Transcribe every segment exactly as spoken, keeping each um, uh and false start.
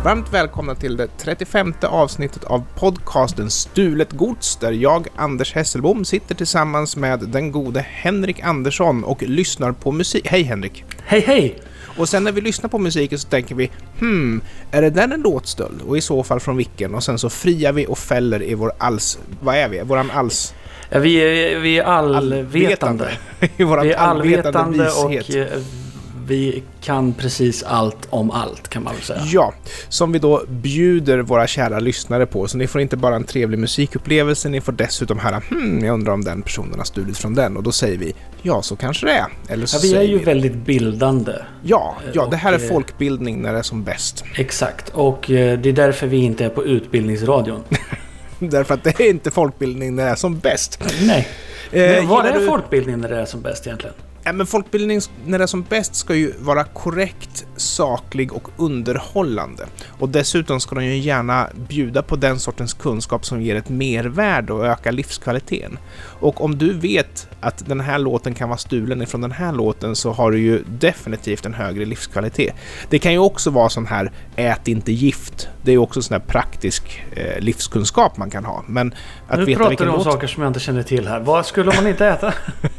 Varmt välkomna till det trettiofemte avsnittet av podcasten Stulet Gods, där jag, Anders Hesselbom, sitter tillsammans med den gode Henrik Andersson och lyssnar på musik. Hej Henrik! Hej hej! Och sen när vi lyssnar på musiken så tänker vi, hmm, är det där en låtstöld? Och i så fall från vilken? Och sen så friar vi och fäller i vår alls... Vad är vi? Våran alls... Ja, vi, är, vi är allvetande. I våran vi är allvetande, allvetande och eh, vi kan precis allt om allt, kan man väl säga. Ja, som vi då bjuder våra kära lyssnare på. Så ni får inte bara en trevlig musikupplevelse, ni får dessutom höra, hmm, jag undrar om den personen har stulit från den. Och då säger vi, ja så kanske det är. Eller så ja, vi är ju vi, väldigt bildande. Ja, ja och, det här är folkbildning när det är som bäst. Exakt, och eh, det är därför vi inte är på utbildningsradion. Därför att det är inte folkbildning när det är som bäst. Nej, eh, men vad är du... folkbildning när det är som bäst egentligen? Ja, men folkbildning när det är som bäst ska ju vara korrekt, saklig och underhållande. Och dessutom ska de ju gärna bjuda på den sortens kunskap som ger ett mervärde och ökar livskvaliteten. Och om du vet att den här låten kan vara stulen ifrån den här låten, så har du ju definitivt en högre livskvalitet. Det kan ju också vara sån här ät inte gift. Det är ju också sån här praktisk eh, livskunskap man kan ha. Men att nu veta pratar vilken du om låt... saker som jag inte känner till här. Vad skulle man inte äta?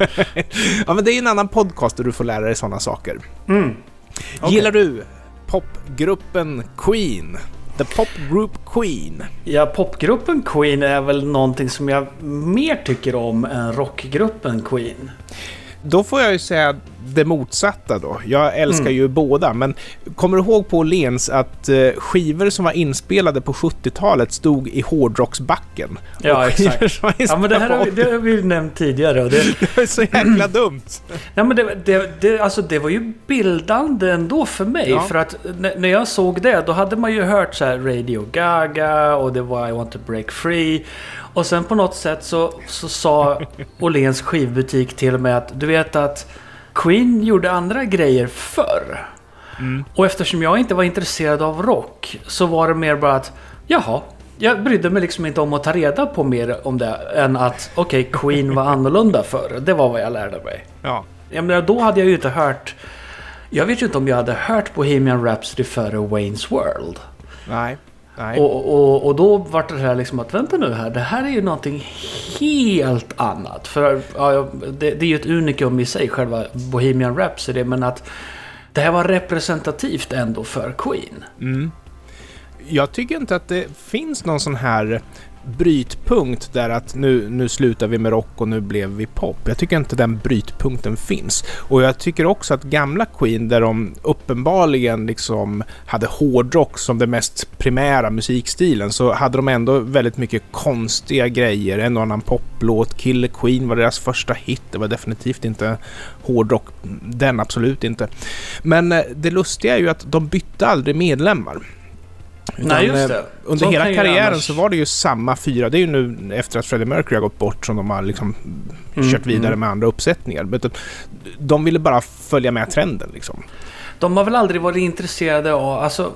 Ja, men det är en annan podcast där du får lära dig sådana saker. Mm. Okay. Gillar du popgruppen Queen? The Pop Group Queen. Ja, popgruppen Queen är väl någonting som jag mer tycker om än rockgruppen Queen. Då får jag ju säga det motsatta då. Jag älskar mm. ju båda, men kommer du ihåg på Åhléns att uh, skivor som var inspelade på sjuttiotalet stod i hårdrocksbacken? Ja, exakt. Ja, men det här har vi, det har vi nämnt tidigare. Och det... det är så jäkla dumt. Nej, men det, det, det, alltså, det var ju bildande ändå för mig. Ja. För att n- när jag såg det, då hade man ju hört så här Radio Gaga och det var I Want to Break Free. Och sen på något sätt så, så sa Åhléns skivbutik till och med att du vet att Queen gjorde andra grejer förr. Mm. Och eftersom jag inte var intresserad av rock så var det mer bara att jaha, jag brydde mig liksom inte om att ta reda på mer om det än att okej, okay, Queen var annorlunda förr. Det var vad jag lärde mig. Ja. Jag menar, då hade jag ju inte hört, jag vet ju inte om jag hade hört Bohemian Rhapsody före Wayne's World. Nej. Nej. Och, och, och då var det här liksom att vänta nu här, det här är ju någonting helt annat. För ja, det, det är ju ett unikum i sig, själva Bohemian Rhapsody, men att det här var representativt ändå för Queen. Mm. Jag tycker inte att det finns någon sån här brytpunkt där att nu, nu slutar vi med rock och nu blev vi pop. Jag tycker inte den brytpunkten finns. Och jag tycker också att gamla Queen, där de uppenbarligen liksom hade hårdrock som det mest primära musikstilen, så hade de ändå väldigt mycket konstiga grejer. En och annan poplåt, Killer Queen var deras första hit. Det var definitivt inte hårdrock, den absolut inte. Men det lustiga är ju att de bytte aldrig medlemmar. Utan, Nej, just det. Under så hela karriären annars... så var det ju samma fyra. Det är ju nu efter att Freddie Mercury har gått bort som de har liksom mm, kört vidare mm. med andra uppsättningar. Men de ville bara följa med trenden liksom. De har väl aldrig varit intresserade av, alltså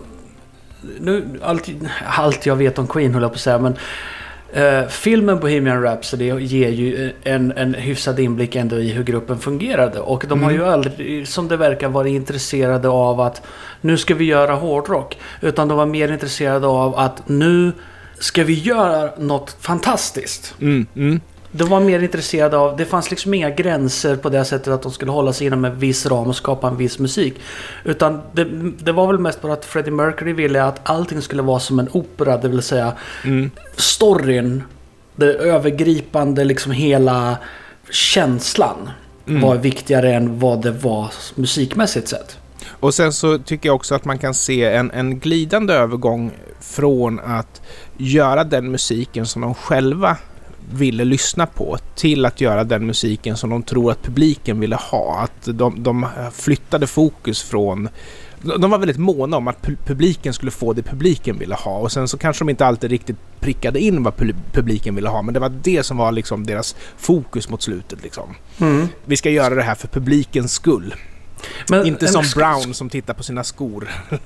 nu, allt, allt jag vet om Queen håller jag på att säga, men Uh, filmen Bohemian Rhapsody ger ju en, en hyfsad inblick ändå i hur gruppen fungerade. Och de mm. har ju aldrig, som det verkar, varit intresserade av att nu ska vi göra hårdrock. Utan de var mer intresserade av att nu ska vi göra något fantastiskt. Mm. Mm. De var mer intresserade av, det fanns liksom inga gränser på det sättet att de skulle hålla sig inom en viss ram och skapa en viss musik. Utan det, det var väl mest bara att Freddie Mercury ville att allting skulle vara som en opera, det vill säga mm. storyn, det övergripande, liksom hela känslan mm. var viktigare än vad det var musikmässigt sett. Och sen så tycker jag också att man kan se en, en glidande övergång från att göra den musiken som de själva ville lyssna på till att göra den musiken som de tror att publiken ville ha. Att de, de flyttade fokus från... De var väldigt måna om att publiken skulle få det publiken ville ha. Och sen så kanske de inte alltid riktigt prickade in vad publiken ville ha. Men det var det som var liksom deras fokus mot slutet. Liksom. Mm. Vi ska göra det här för publikens skull. Men inte som sk- Brown som tittar på sina skor.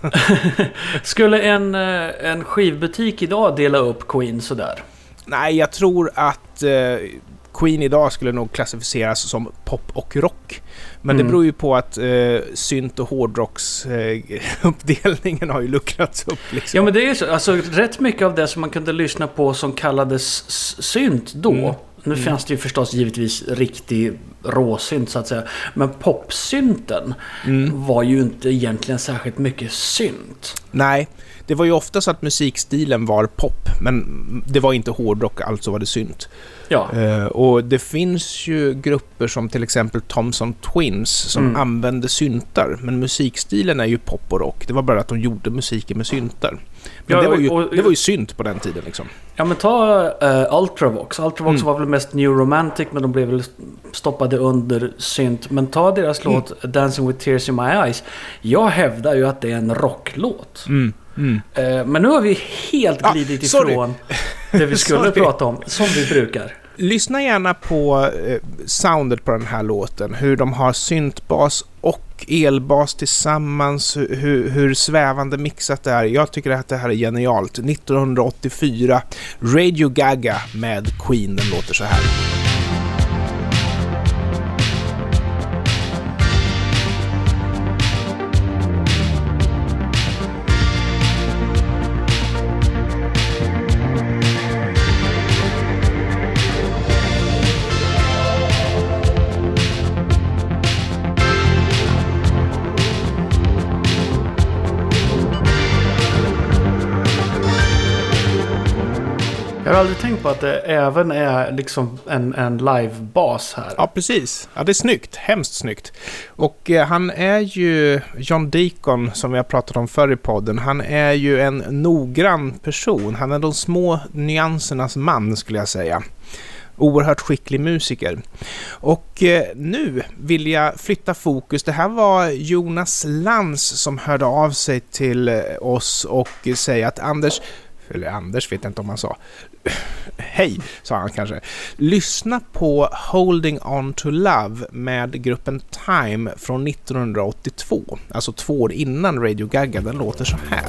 Skulle en, en skivbutik idag dela upp Queen sådär? Nej, jag tror att eh, Queen idag skulle nog klassificeras som pop och rock. Men mm. det beror ju på att eh, synt- och hårdrocks eh, uppdelningen har ju luckrats upp. Liksom. Ja, men det är så. Alltså, rätt mycket av det som man kunde lyssna på som kallades synt då. Mm. Nu mm. fanns det ju förstås givetvis riktig råsynt så att säga. Men popsynten mm. var ju inte egentligen särskilt mycket synt. Nej, det var ju ofta så att musikstilen var pop. Men det var inte hårdrock, alltså var det synt. Ja. Uh, och det finns ju grupper som till exempel Thompson Twins som mm. använde syntar. Men musikstilen är ju pop och rock. Det var bara att de gjorde musiken med syntar. Men ja, det, var ju, och, det var ju synt på den tiden liksom. Ja, men ta uh, Ultravox. Ultravox mm. var väl mest New Romantic, men de blev väl stoppade under synt. Men ta deras mm. låt Dancing with Tears in My Eyes. Jag hävdar ju att det är en rocklåt. Mm. Mm. Uh, men nu har vi helt glidit ah, ifrån det vi skulle prata om, som vi brukar. Lyssna gärna på eh, soundet på den här låten. Hur de har syntbas och elbas tillsammans. Hur, hur svävande mixat det är. Jag tycker att det här är genialt. nittonhundraåttiofyra, Radio Gaga med Queen. Den låter så här. Jag har aldrig tänkt på att det även är liksom en, en live-bas här. Ja, precis. Ja, det är snyggt. Hemskt snyggt. Och eh, han är ju, John Deacon, som vi har pratat om förr i podden, han är ju en noggrann person. Han är de små nyansernas man, skulle jag säga. Oerhört skicklig musiker. Och eh, nu vill jag flytta fokus. Det här var Jonas Lantz som hörde av sig till eh, oss och säger att Anders... Eller Anders vet jag inte om han sa. Hej, sa han kanske. Lyssna på Holding On To Love med gruppen Time från nittonhundraåttiotvå. Alltså två år innan Radio Gaga. Den låter så här.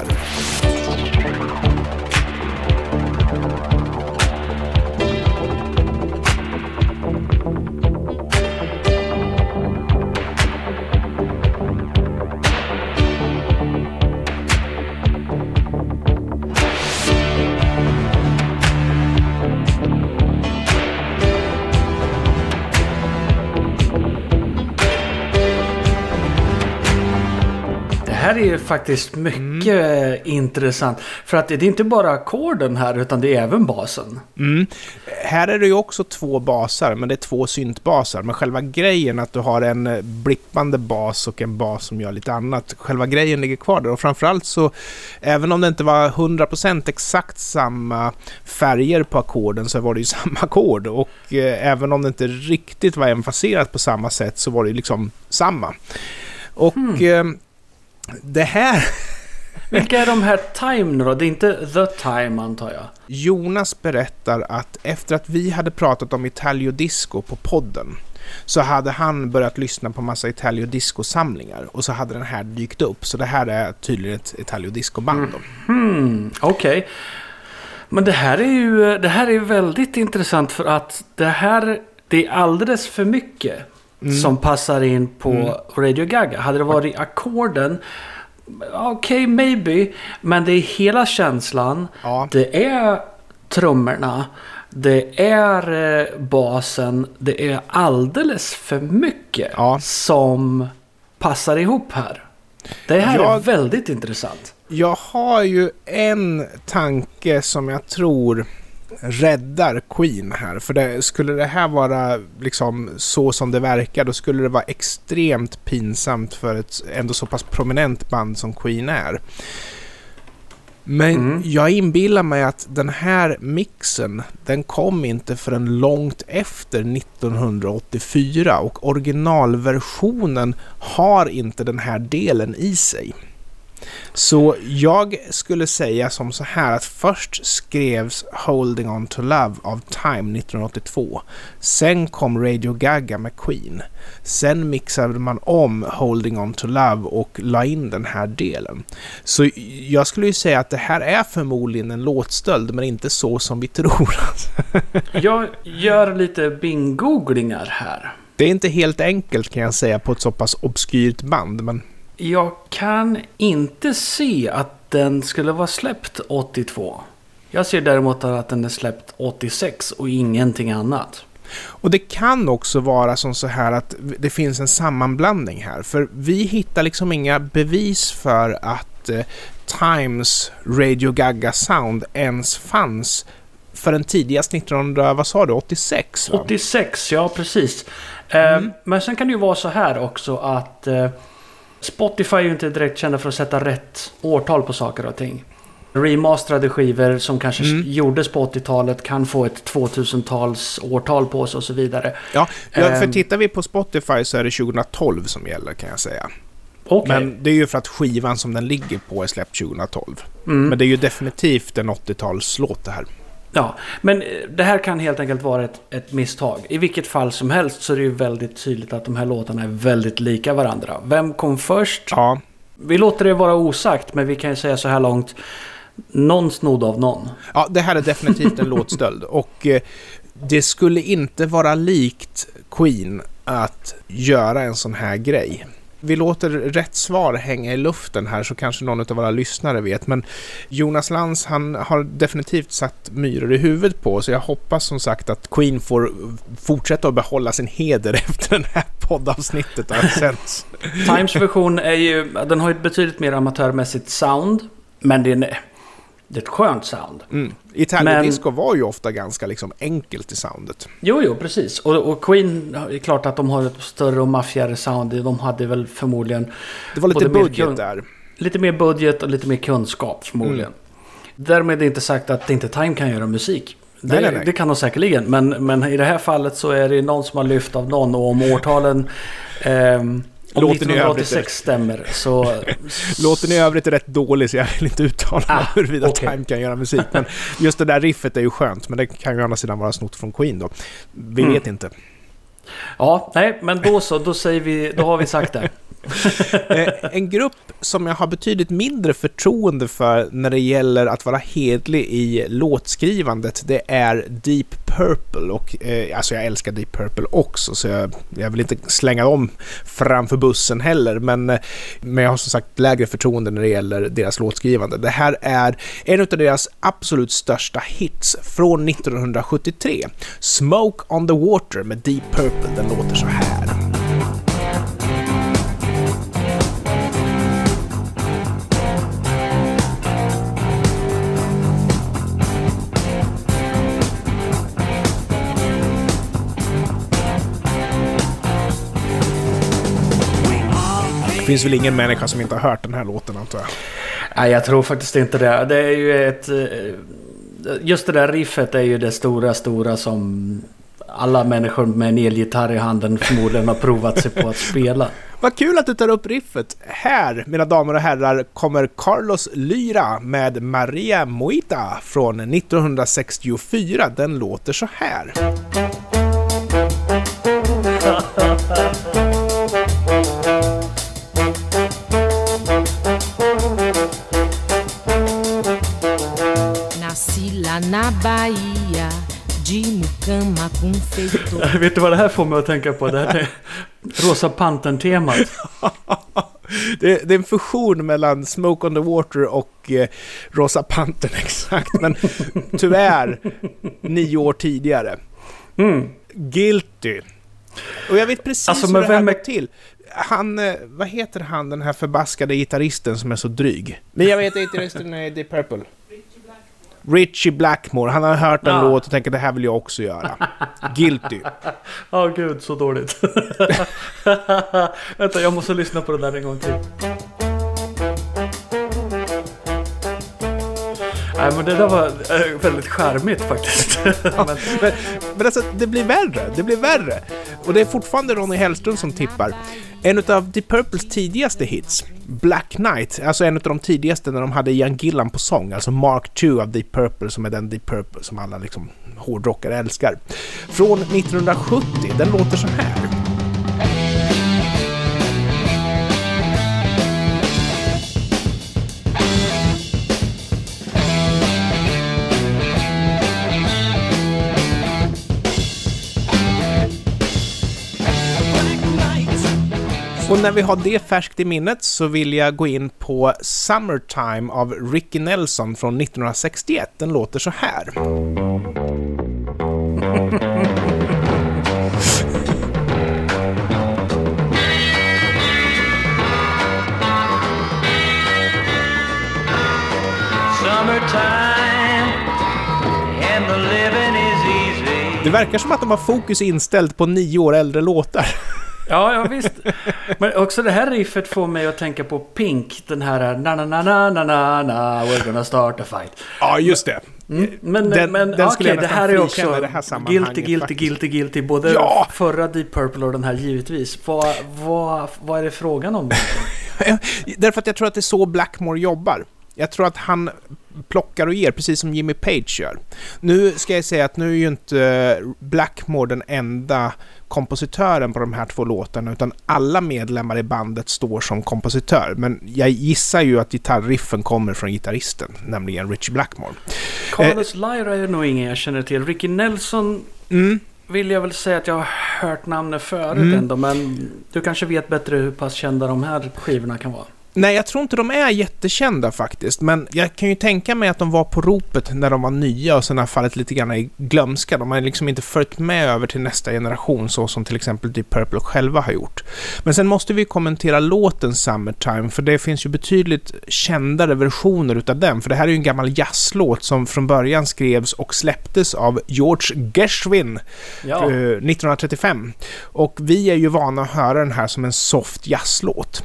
Det här är ju faktiskt mycket mm. intressant. För att det är inte bara ackorden här, utan det är även basen. Mm. Här är det ju också två basar, men det är två syntbasar. Men själva grejen att du har en blippande bas och en bas som gör lite annat. Själva grejen ligger kvar där. Och framförallt så, även om det inte var hundra procent exakt samma färger på ackorden, så var det ju samma ackord. Och eh, även om det inte riktigt var emfaserat på samma sätt, så var det liksom samma. Och... Mm. Eh, Det här... Vilka är de här Time nu då? Det är inte The Time, antar jag. Jonas berättar att efter att vi hade pratat om Italio Disco på podden, så hade han börjat lyssna på massa Italio Disco-samlingar. Och så hade den här dykt upp. Så det här är tydligen ett Italio Disco-band. Mm, Okej. Okay. Men det här är ju det här är väldigt intressant, för att det här, det är alldeles för mycket. Mm. Som passar in på mm. Radio Gaga. Hade det varit ackorden, okej, okay, maybe, men det är hela känslan. Ja. Det är trummorna, det är eh, basen, det är alldeles för mycket ja. som passar ihop här. Det här jag, är väldigt intressant. Jag har ju en tanke som jag tror räddar Queen här. För det, skulle det här vara liksom så som det verkar, då skulle det vara extremt pinsamt för ett ändå så pass prominent band som Queen är. Men mm. jag inbillar mig att den här mixen, den kom inte förrän långt efter nittonhundraåttiofyra, och originalversionen har inte den här delen i sig. Så jag skulle säga som så här att först skrevs Holding On To Love av Time nittonhundraåttiotvå. Sen kom Radio Gaga med Queen. Sen mixade man om Holding On To Love och la in den här delen. Så jag skulle ju säga att det här är förmodligen en låtstöld, men inte så som vi tror. Jag gör lite bing-googlingar här. Det är inte helt enkelt kan jag säga på ett så pass obskyrt band, men... Jag kan inte se att den skulle vara släppt åttiotvå. Jag ser däremot att den är släppt åttiosex och ingenting annat. Och det kan också vara som så här att det finns en sammanblandning här. För vi hittar liksom inga bevis för att eh, Times Radio Gaga Sound ens fanns förrän tidigast nittonhundra, vad sa du, åttiosex? Va? åttiosex, ja precis. Mm. Eh, men sen kan det ju vara så här också att eh, Spotify är ju inte direkt kända för att sätta rätt årtal på saker och ting. Remasterade skivor som kanske mm. gjordes på åttiotalet kan få ett tvåtusentals årtal på sig och så vidare. Ja, för um, tittar vi på Spotify så är det tjugotolv som gäller kan jag säga. Okay. Men det är ju för att skivan som den ligger på är släppt tjugotolv. Mm. Men det är ju definitivt en åttiotalslåt det här. Ja, men det här kan helt enkelt vara ett, ett misstag. I vilket fall som helst så är det ju väldigt tydligt att de här låtarna är väldigt lika varandra. Vem kom först? Ja. Vi låter det vara osagt, men vi kan ju säga så här långt. Någon snod av någon. Ja, det här är definitivt en låtstöld. Och eh, det skulle inte vara likt Queen att göra en sån här grej. Vi låter rätt svar hänga i luften här så kanske någon av våra lyssnare vet. Men Jonas Lantz, han har definitivt satt myror i huvudet på. Så jag hoppas som sagt att Queen får fortsätta att behålla sin heder efter den här poddavsnittet. Times version är ju, den har ett betydligt mer amatörmässigt sound. Men det är, det är ett skönt sound. Mm. Italo-disco var ju ofta ganska liksom enkelt i soundet. Jo, jo, precis. Och, och Queen, är klart att de har ett större och maffigare sound. De hade väl förmodligen... Det var lite budget kun- där. Lite mer budget och lite mer kunskap förmodligen. Mm. Därmed är inte sagt att inte Time kan göra musik. Det, nej, nej, nej. det kan de säkerligen. Men, men i det här fallet så är det någon som har lyft av någon. Och om årtalen... Ehm, Om nittonhundraåttiosex stämmer så... Låten i övrigt är rätt dålig så jag vill inte uttala mig ah, huruvida okay. Time kan göra musik. Men just det där riffet är ju skönt. Men det kan ju å andra sidan vara snott från Queen då. Vi mm. vet inte. Ja, nej, men då så. Då, säger vi, då har vi sagt det. En grupp som jag har betydligt mindre förtroende för när det gäller att vara hedlig i låtskrivandet, det är Deep Purple. Och eh, alltså jag älskar Deep Purple också, så jag, jag vill inte slänga dem framför bussen heller, men, men jag har som sagt lägre förtroende när det gäller deras låtskrivande. Det här är en av deras absolut största hits från nittonhundrasjuttiotre, Smoke on the Water med Deep Purple. Den låter så här. Det finns väl ingen människa som inte har hört den här låten, antar jag. Nej, jag tror faktiskt inte det. Det är ju ett... Just det där riffet är ju det stora, stora som alla människor med en elgitarr i handen förmodligen har provat sig på att spela. Vad kul att du tar upp riffet. Här, mina damer och herrar, kommer Carlos Lyra med Maria Moita från nittonhundrasextiofyra. Den låter så här. Na Bahia, de Mucama com feito. Vet du vad det här får mig att tänka på? Det här är Rosa Pantern-temat. det, det är en fusion mellan Smoke on the Water och eh, Rosa Pantern, exakt. Men tyvärr nio år tidigare. Mm. Guilty. Och jag vet precis alltså, hur det här går till. Han, vad heter han, den här förbaskade gitarristen som är så dryg? Men jag vet att gitarristen är Deep Purple. Richie Blackmore, han har hört en ja. låt och tänker det här vill jag också göra. Guilty. Ja, oh, gud, så dåligt. Vänta, jag måste lyssna på det där en gång till. Nej, men det där var äh, väldigt charmigt faktiskt. Ja, men, men alltså, det blir värre. Det blir värre. Och det är fortfarande Ronny Hellström som tippar. En av Deep Purples tidigaste hits, Black Knight, alltså en av de tidigaste när de hade Ian Gillan på sång, alltså Mark två av Deep Purple, som är den Deep Purple som alla liksom hårdrockare älskar. Från nittonhundrasjuttio, den låter så här. Och när vi har det färskt i minnet så vill jag gå in på Summertime av Ricky Nelson från nittonhundrasextioett. Den låter så här. Det verkar som att de har fokus inställt på nio år äldre låtar. Ja, ja visst. Men också det här riffet får mig att tänka på Pink. Den här na na na na na na na we're gonna start a fight. Ja, just det. Mm, men den, men den okej, det här är också det här guilty, guilty, faktiskt. guilty, guilty. Både ja! Förra Deep Purple och den här givetvis. Vad, vad, vad är det frågan om? Därför att jag tror att det är så Blackmore jobbar. Jag tror att han plockar och ger, precis som Jimmy Page gör. Nu ska jag säga att nu är ju inte Blackmore den enda kompositören på de här två låtarna, utan alla medlemmar i bandet står som kompositör. Men jag gissar ju att gitarriffen kommer från gitarristen, nämligen Richie Blackmore. Carlos eh, Lyra är nog ingen jag känner till. Ricky Nelson mm. vill jag väl säga att jag har hört namnet förut mm. ändå, men du kanske vet bättre hur pass kända de här skivorna kan vara. Nej, jag tror inte de är jättekända faktiskt, men jag kan ju tänka mig att de var på ropet när de var nya och sen har fallit lite grann i glömska. De har liksom inte följt med över till nästa generation så som till exempel Deep Purple själva har gjort. Men sen måste vi kommentera låten Summertime, för det finns ju betydligt kändare versioner utav den, för det här är ju en gammal jazzlåt som från början skrevs och släpptes av George Gershwin ja. nittonhundratrettiofem. Och vi är ju vana att höra den här som en soft jazzlåt.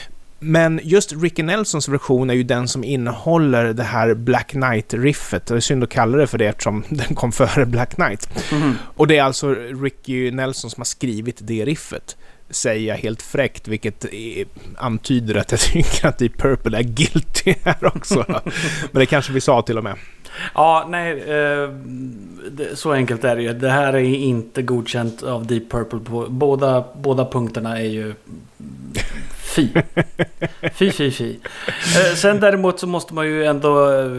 Men just Ricky Nelsons version är ju den som innehåller det här Black Knight-riffet. Det är synd att kalla det för det eftersom den kom före Black Knight. Mm-hmm. Och det är alltså Ricky Nelson som har skrivit det riffet. Säger jag helt fräckt, vilket är, antyder att jag tycker att Deep Purple är guilty här också. Men det kanske vi sa till och med. Ja, nej, eh, det, så enkelt är det ju. Det här är inte godkänt av Deep Purple. På, båda, båda punkterna är ju fy. Fy, fy, fy. Eh, sen däremot så måste man ju ändå eh,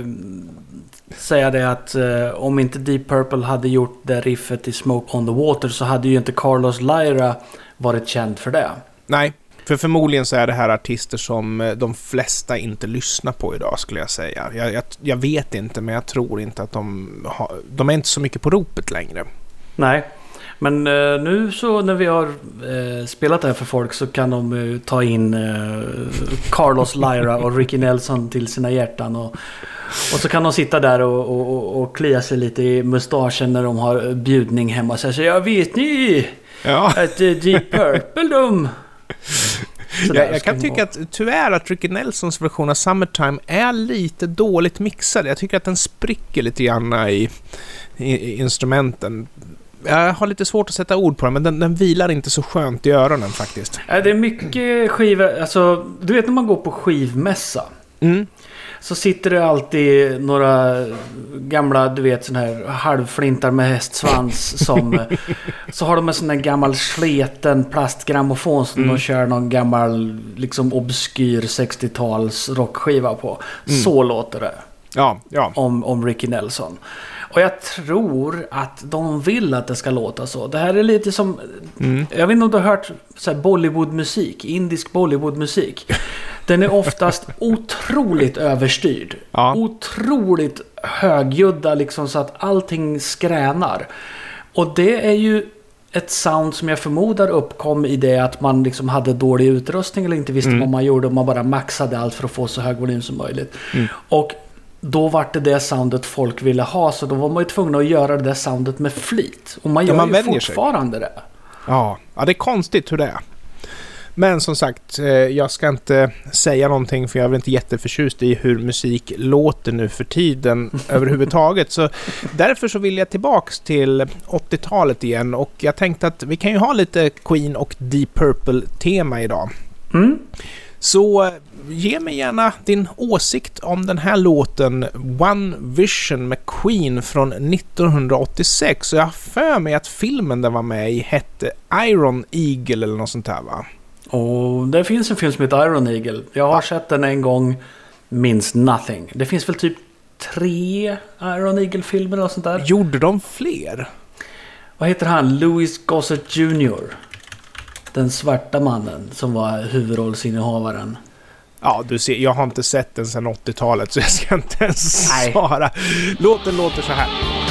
säga det att eh, om inte Deep Purple hade gjort det riffet i Smoke on the Water så hade ju inte Carlos Lyra varit känd för det. Nej, för förmodligen så är det här artister som de flesta inte lyssnar på idag, skulle jag säga. Jag, jag, jag vet inte, men jag tror inte att de har, de är inte så mycket på ropet längre. Nej, men eh, nu så när vi har eh, spelat det här för folk så kan de eh, ta in eh, Carlos Lyra och Ricky Nelson till sina hjärtan och, och så kan de sitta där och, och, och klia sig lite i mustaschen när de har bjudning hemma och säga så jag vet ni ja. att Deep Purple de... Jag, jag kan tycka att tyvärr att Ricky Nelsons version av Summertime är lite dåligt mixad. Jag tycker att den spricker lite grann i, i, i instrumenten. Jag har lite svårt att sätta ord på den, men den, den vilar inte så skönt i öronen faktiskt. Ja, det är mycket skivor, alltså du vet när man går på skivmässa. Mm. Så sitter det alltid några gamla, du vet, sån här halvflintar med hästsvans som så har de en sån här gammal sleten plastgrammofon som mm. de kör någon gammal liksom obskyr sextio-tals rockskiva på. Mm. Så låter det. Ja, ja. Om, om Ricky Nelson. Och jag tror att de vill att det ska låta så. Det här är lite som... Mm. Jag vet inte om du har hört så här Bollywood-musik. Indisk Bollywood-musik. Den är oftast otroligt överstyrd. Ja. Otroligt högljudda liksom så att allting skränar. Och det är ju ett sound som jag förmodar uppkom i det att man liksom hade dålig utrustning eller inte visste mm. vad man gjorde. Och man bara maxade allt för att få så hög volym som möjligt. Mm. Och... då var det det soundet folk ville ha, så då var man ju tvungen att göra det där soundet med flit. Och man gör ja, man ju fortfarande sig. det. Ja. ja, det är konstigt hur det är. Men som sagt, jag ska inte säga någonting för jag är väl inte jätteförtjust i hur musik låter nu för tiden överhuvudtaget. Så därför så vill jag tillbaks till åttiotalet igen och jag tänkte att vi kan ju ha lite Queen och Deep Purple-tema idag. Mm. Så ge mig gärna din åsikt om den här låten One Vision med Queen från nittonhundraåttiosex. Så jag har för mig att filmen den var med i hette Iron Eagle eller något sånt här, va? Och det finns en film som heter Iron Eagle. Jag har ja. sett den en gång, minns nothing. Det finns väl typ tre Iron Eagle-filmer eller sånt där. Gjorde de fler? Vad heter han? Louis Gossett junior Den svarta mannen som var huvudrollsinnehavaren. Ja, du ser, jag har inte sett den sedan åttiotalet så jag ska inte ens svara. Låten låter så här.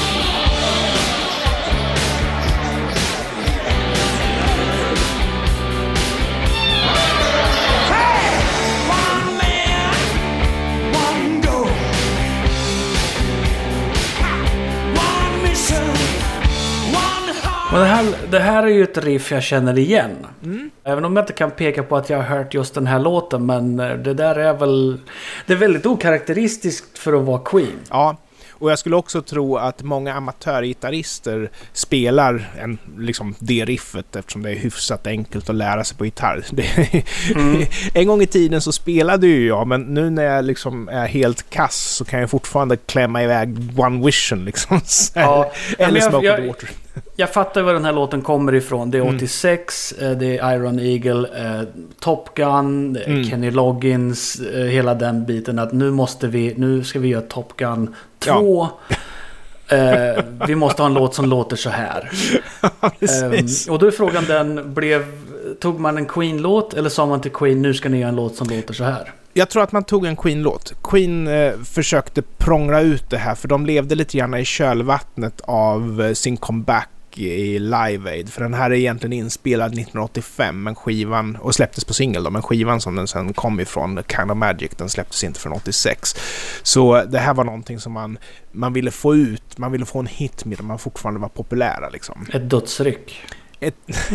Och det, här, det här är ju ett riff jag känner igen. Mm. Även om jag inte kan peka på att jag har hört just den här låten. Men det där är väl... Det är väldigt okaraktäristiskt för att vara Queen. Ja, och jag skulle också tro att många amatörgitarrister spelar en, liksom det riffet eftersom det är hyfsat enkelt att lära sig på gitarr. Det, mm. En gång i tiden så spelade ju jag, men nu när jag liksom är helt kass så kan jag fortfarande klämma iväg One Vision liksom. Ja, eller jag, Smoke jag, on the Water. Jag fattar var den här låten kommer ifrån. Det är åttiosex, mm. det är Iron Eagle, eh, Top Gun, mm. Kenny Loggins, eh, hela den biten att nu måste vi, nu ska vi göra Top Gun två. Ja. eh, vi måste ha en låt som låter så här. eh, och då är frågan den, blev, tog man en Queen-låt eller sa man till Queen nu ska ni göra en låt som låter så här? Jag tror att man tog en Queen-låt. Queen eh, försökte prångla ut det här för de levde lite grann i kölvattnet av eh, sin comeback i Live Aid. För den här är egentligen inspelad nittonhundraåttiofem men skivan, och släpptes på singel då, men skivan som den sen kom ifrån, Kind of Magic, den släpptes inte från åttiosex. Så det här var någonting som man, man ville få ut, man ville få en hit med, man fortfarande var populära liksom. Ett dödsryck. Ett...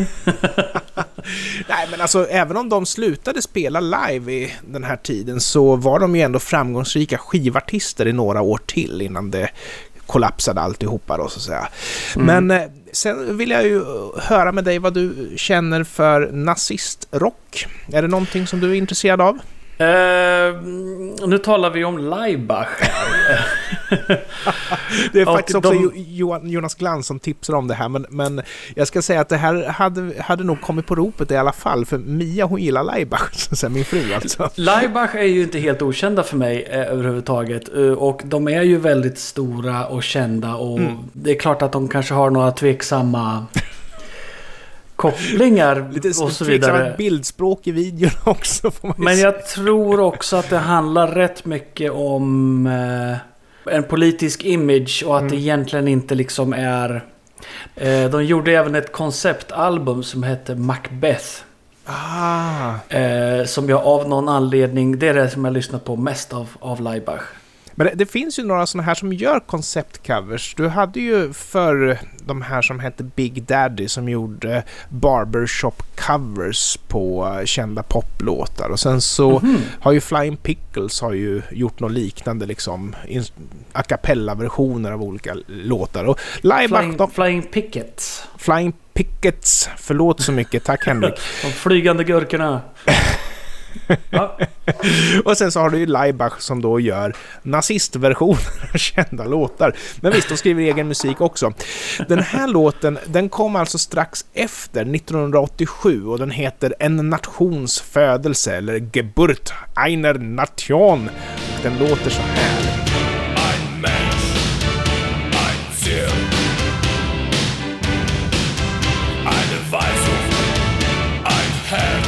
Nej, men alltså även om de slutade spela live i den här tiden så var de ju ändå framgångsrika skivartister i några år till innan det kollapsade alltihopa då så att säga. Mm. Men eh, sen vill jag ju höra med dig vad du känner för nazistrock. Är det någonting som du är intresserad av? Uh, nu talar vi om Laibach. Det är faktiskt också de... Jonas Glans som tipsar om det här, men, men jag ska säga att det här hade, hade nog kommit på ropet i alla fall, för Mia hon gillar Laibach, så min fru alltså. Laibach är ju inte helt okända för mig eh, överhuvudtaget, och de är ju väldigt stora och kända och mm. det är klart att de kanske har några tveksamma kopplingar lite och så vidare. Lite bildspråk i videon också får man Men jag tror också att det handlar rätt mycket om eh, en politisk image och att mm. det egentligen inte liksom är... Eh, de gjorde även ett konceptalbum som hette Macbeth. Ah. Eh, som jag av någon anledning, det är det som jag lyssnat på mest av, av Laibach. Men det, det finns ju några sådana här som gör konceptcovers. Du hade ju för de här som hette Big Daddy som gjorde barbershop covers på kända poplåtar. Och sen så mm-hmm. har ju Flying Pickles har ju gjort något liknande liksom in, a cappella-versioner av olika låtar. Och Flying, då, Flying Pickets. Flying Pickets. Förlåt så mycket. Tack Henrik. De flygande gurkorna. Ja. Och sen så har du ju Laibach som då gör nazistversioner av kända låtar. Men visst, de skriver egen musik också. Den här låten, den kom alltså strax efter nittonhundraåttiosju och den heter En nations födelse eller Geburt einer Nation. Och den låter så här. Ein Mensch, ein Ziel, eine Weisung, ein Herz.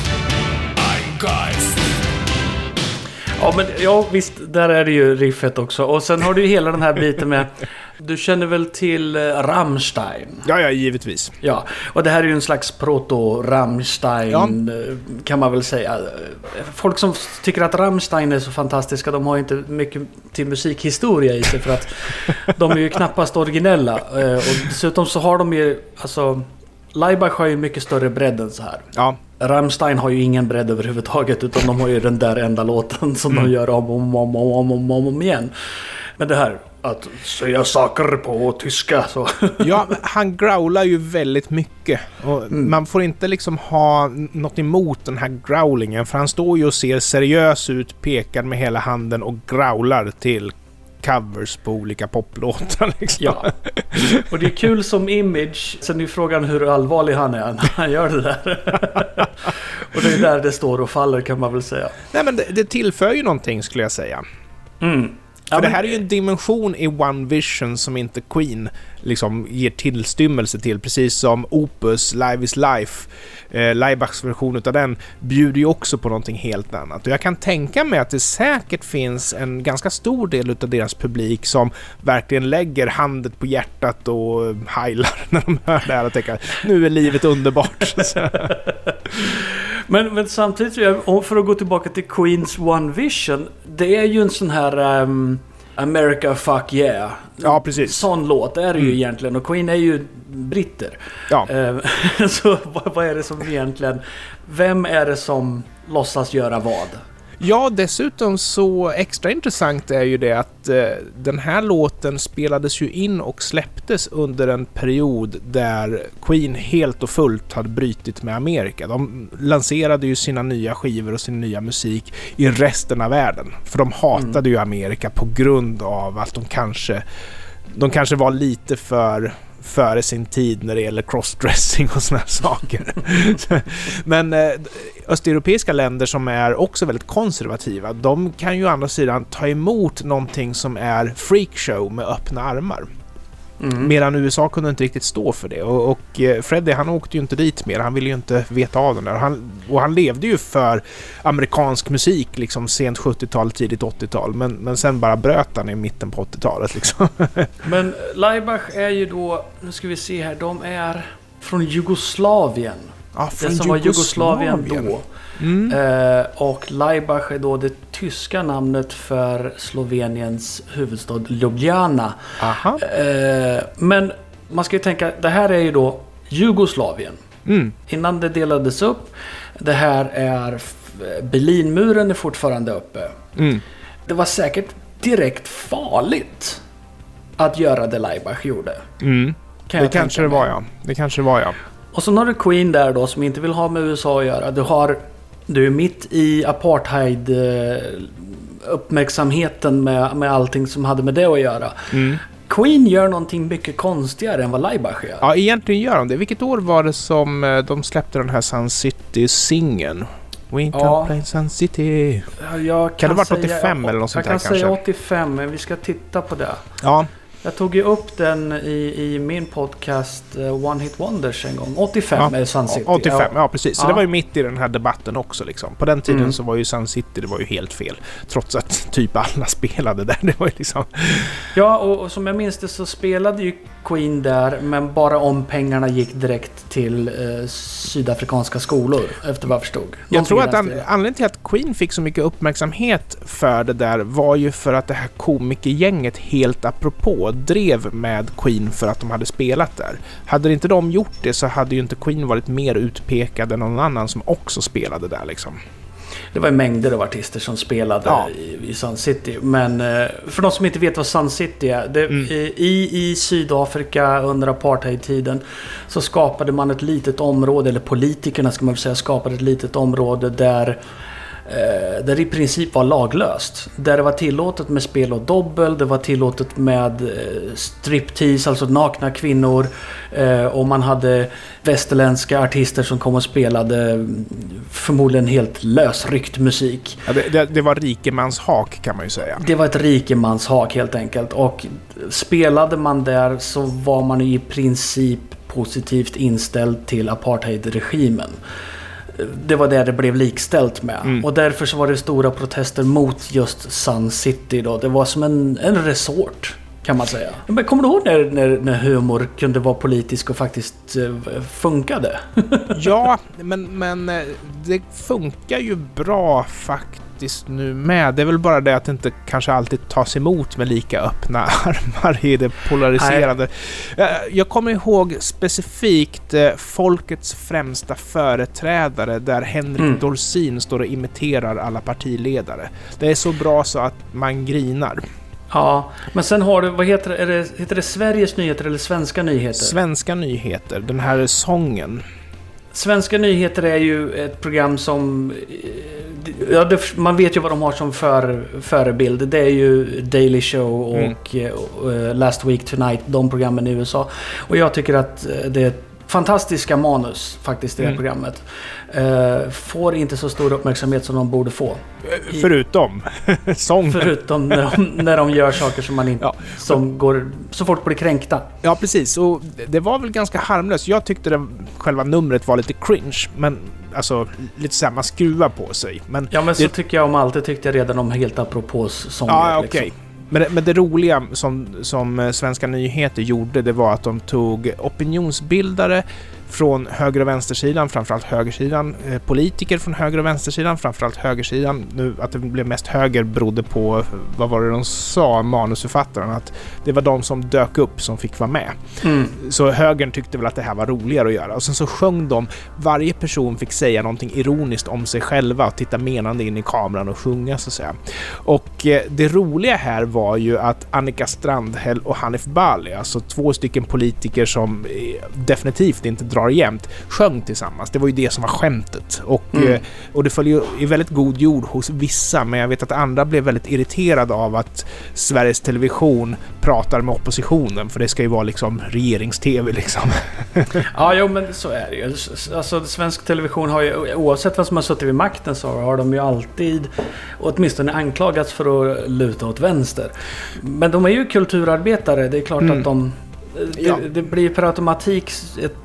Ja, men ja, visst, där är det ju riffet också. Och sen har du ju hela den här biten med... Du känner väl till Rammstein? Ja, ja, givetvis. Ja, och det här är ju en slags proto-Rammstein, ja. Kan man väl säga. Folk som tycker att Rammstein är så fantastiska, de har inte mycket till musikhistoria i sig för att de är ju knappast originella. Och dessutom så har de ju... Alltså, Laibach har ju mycket större bredd än så här. Ja. Rammstein har ju ingen bredd överhuvudtaget, utan de har ju den där enda låten som mm. de gör om och om, om, om, om, om, om igen. Men det här att säga saker på tyska så. Ja, han growlar ju väldigt mycket och mm. man får inte liksom ha något emot den här growlingen, för han står ju och ser seriös ut, pekar med hela handen och growlar till covers på olika poplåtar liksom. Ja. Och det är kul som image. Sen är frågan hur allvarlig han är när han gör det där. Och det är där det står och faller, kan man väl säga. Nej, men det, det tillför ju någonting, skulle jag säga. Mm. För ja, det här är ju en dimension i One Vision som inte Queen liksom ger tillstymmelse till, precis som Opus, Live is Life, eh, Laibachs version av den bjuder ju också på någonting helt annat. Och jag kan tänka mig att det säkert finns en ganska stor del av deras publik som verkligen lägger handet på hjärtat och heilar när de hör det här och tänker, nu är livet underbart. men, men samtidigt, för att gå tillbaka till Queens One Vision, det är ju en sån här um, America fuck yeah. Ja, precis. Sån låt är det ju mm. egentligen. Och Queen är ju britter. Ja. Så vad, vad är det som egentligen... Vem är det som låtsas göra vad? Ja, dessutom så extra intressant är ju det att eh, den här låten spelades ju in och släpptes under en period där Queen helt och fullt hade brytit med Amerika. De lanserade ju sina nya skivor och sin nya musik i resten av världen. För de hatade mm. ju Amerika på grund av att de kanske, de kanske var lite för... före sin tid när det gäller crossdressing och såna här saker. Men eh, östeuropeiska länder som är också väldigt konservativa, de kan ju å andra sidan ta emot någonting som är freakshow med öppna armar. Mm. Medan U S A kunde inte riktigt stå för det. Och, och eh, Freddie, han åkte ju inte dit mer. Han ville ju inte veta av den där. Han, och han levde ju för amerikansk musik liksom sent sjuttiotal, tidigt åttiotal. Men, men sen bara bröt han i mitten på åttiotalet liksom. Men Laibach är ju då, nu ska vi se här, de är från Jugoslavien. Ja, från det som var Jugoslavien då. Mm. Eh, och Laibach är då det tyska namnet för Sloveniens huvudstad Ljubljana. Aha. Eh, men man ska ju tänka, det här är ju då Jugoslavien. Mm. Innan det delades upp. Det här är Berlinmuren är fortfarande uppe. Mm. Det var säkert direkt farligt att göra det Laibach gjorde. Mm. Kan det kanske det var, ja. Det kanske det var, ja. Och så har du Queen där då som inte vill ha med U S A att göra. Du har du är mitt i apartheid uppmärksamheten med, med allting som hade med det att göra. Mm. Queen gör någonting mycket konstigare än vad Laibach gör. Ja, egentligen gör de det. Vilket år var det som de släppte den här Sun City-singeln? We can ja. play Sun City. Jag kan kan det vara säga, åttiofem eller något sånt där kanske? Jag kan säga åttiofem, men vi ska titta på det. Ja. Jag tog ju upp den i, i min podcast uh, One Hit Wonders en gång. åttiofem ja. är Sun City. åttiofem, ja, ja precis. Så ja. det var ju mitt i den här debatten också liksom. På den tiden mm. så var ju Sun City, det var ju helt fel. Trots att typ alla spelade där. Det var ju liksom... Ja, och, och som jag minns det så spelade ju Queen där, men bara om pengarna gick direkt till eh, sydafrikanska skolor, efter vad jag förstod. Någonting jag tror att an- anledningen till att Queen fick så mycket uppmärksamhet för det där var ju för att det här komikergänget helt apropå drev med Queen för att de hade spelat där. Hade inte de gjort det så hade ju inte Queen varit mer utpekad än någon annan som också spelade där liksom. Det var mängder av artister som spelade ja. i, i Sun City. Men eh, för de som inte vet vad Sun City är. Det, mm. i, I Sydafrika under apartheid-tiden så skapade man ett litet område, eller politikerna ska man väl säga, skapade ett litet område där eh, där det i princip var laglöst. Där det var tillåtet med spel och dobbel, det var tillåtet med eh, striptease, alltså nakna kvinnor, eh, och man hade västerländska artister som kom och spelade förmodligen helt lösryckt musik. Ja, det, det, det var rikemans hak kan man ju säga. Det var ett rikemans hak helt enkelt, och spelade man där så var man i princip positivt inställd till apartheidregimen. Det var där det blev likställt med. Mm. Och därför så var det stora protester mot just Sun City då. Det var som en, en resort, kan man säga. Men kommer du ihåg när, när, när humor kunde vara politisk och faktiskt eh, funkade? Ja, men, men det funkar ju bra faktiskt faktiskt nu med. Det är väl bara det att det inte kanske alltid tas emot med lika öppna armar i det polariserade. Nej. Jag kommer ihåg specifikt Folkets främsta företrädare där Henrik mm. Dorsin står och imiterar alla partiledare. Det är så bra så att man grinar. Ja, men sen har du, vad heter det, är det, heter det Sveriges nyheter eller Svenska nyheter? Svenska nyheter, den här sången. Svenska nyheter är ju ett program som, ja, det, man vet ju vad de har som för, förebild. Det är ju Daily Show och mm. uh, Last Week Tonight, de programmen i U S A. Och jag tycker att det är fantastiska manus faktiskt i det här mm. programmet. Uh, får inte så stor uppmärksamhet som de borde få. Förutom sång. Förutom när de, när de gör saker som man inte, ja. som går, så folk blir kränkta. Ja, precis. Och det var väl ganska harmlöst. Jag tyckte det, själva numret var lite cringe, men alltså lite så här, man skruvar på sig. Men ja, men det, så tycker jag om allt. Det tyckte jag redan om helt apropå sånger. Ja, okej. Okay. Liksom. Men det, men det roliga som, som Svenska nyheter gjorde, det var att de tog opinionsbildare från höger- och vänstersidan, framförallt högersidan, eh, politiker från höger- och vänstersidan, framförallt högersidan. Nu att det blev mest höger berodde på, vad var det de sa, manusförfattaren, att det var de som dök upp som fick vara med. Mm. Så högern tyckte väl att det här var roligare att göra. Och sen så sjöng de, varje person fick säga någonting ironiskt om sig själva och titta menande in i kameran och sjunga, så att säga. Och eh, det roliga här var ju att Annika Strandhäll och Hanif Bali, alltså två stycken politiker som eh, definitivt inte drar jämt, sjöng tillsammans. Det var ju det som var skämtet. Och, mm. eh, och det föll ju i väldigt god jord hos vissa, men jag vet att andra blev väldigt irriterade av att Sveriges Television pratar med oppositionen, för det ska ju vara liksom regerings-tv liksom. Ja, jo, men så är det ju. Alltså, svensk television har ju, oavsett vad som har suttit vid makten, så har de ju alltid åtminstone anklagats för att luta åt vänster. Men de är ju kulturarbetare. Det är klart mm. att de det, ja. det blir per automatik ett,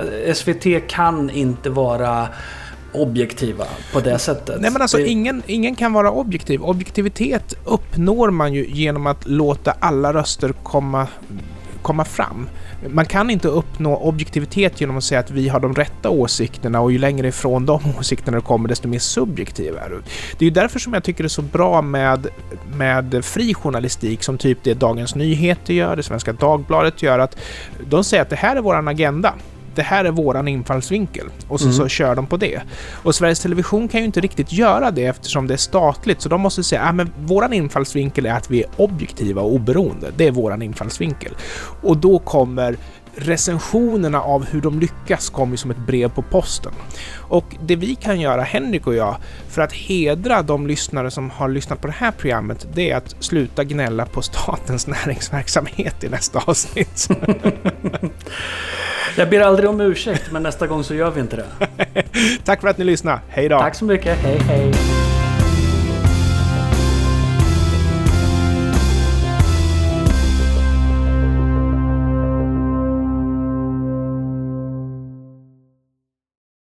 S V T kan inte vara objektiva på det sättet. Nej, men alltså det... ingen, ingen kan vara objektiv. Objektivitet uppnår man ju genom att låta alla röster komma, komma fram. Man kan inte uppnå objektivitet genom att säga att vi har de rätta åsikterna, och ju längre ifrån de åsikterna det kommer, desto mer subjektiva är det. Det är ju därför som jag tycker det är så bra med, med fri journalistik, som typ det Dagens Nyheter gör, det Svenska Dagbladet gör, att de säger att det här är våran agenda. Det här är våran infallsvinkel. Och så, mm. så kör de på det. Och Sveriges Television kan ju inte riktigt göra det eftersom det är statligt. Så de måste säga att ah, våran infallsvinkel är att vi är objektiva och oberoende. Det är våran infallsvinkel. Och då kommer recensionerna av hur de lyckas kommer som ett brev på posten. Och det vi kan göra, Henrik och jag, för att hedra de lyssnare som har lyssnat på det här programmet, det är att sluta gnälla på statens näringsverksamhet i nästa avsnitt. Jag ber aldrig om ursäkt, men nästa gång så gör vi inte det. Tack för att ni lyssnade. Hej då. Tack så mycket. Hej hej.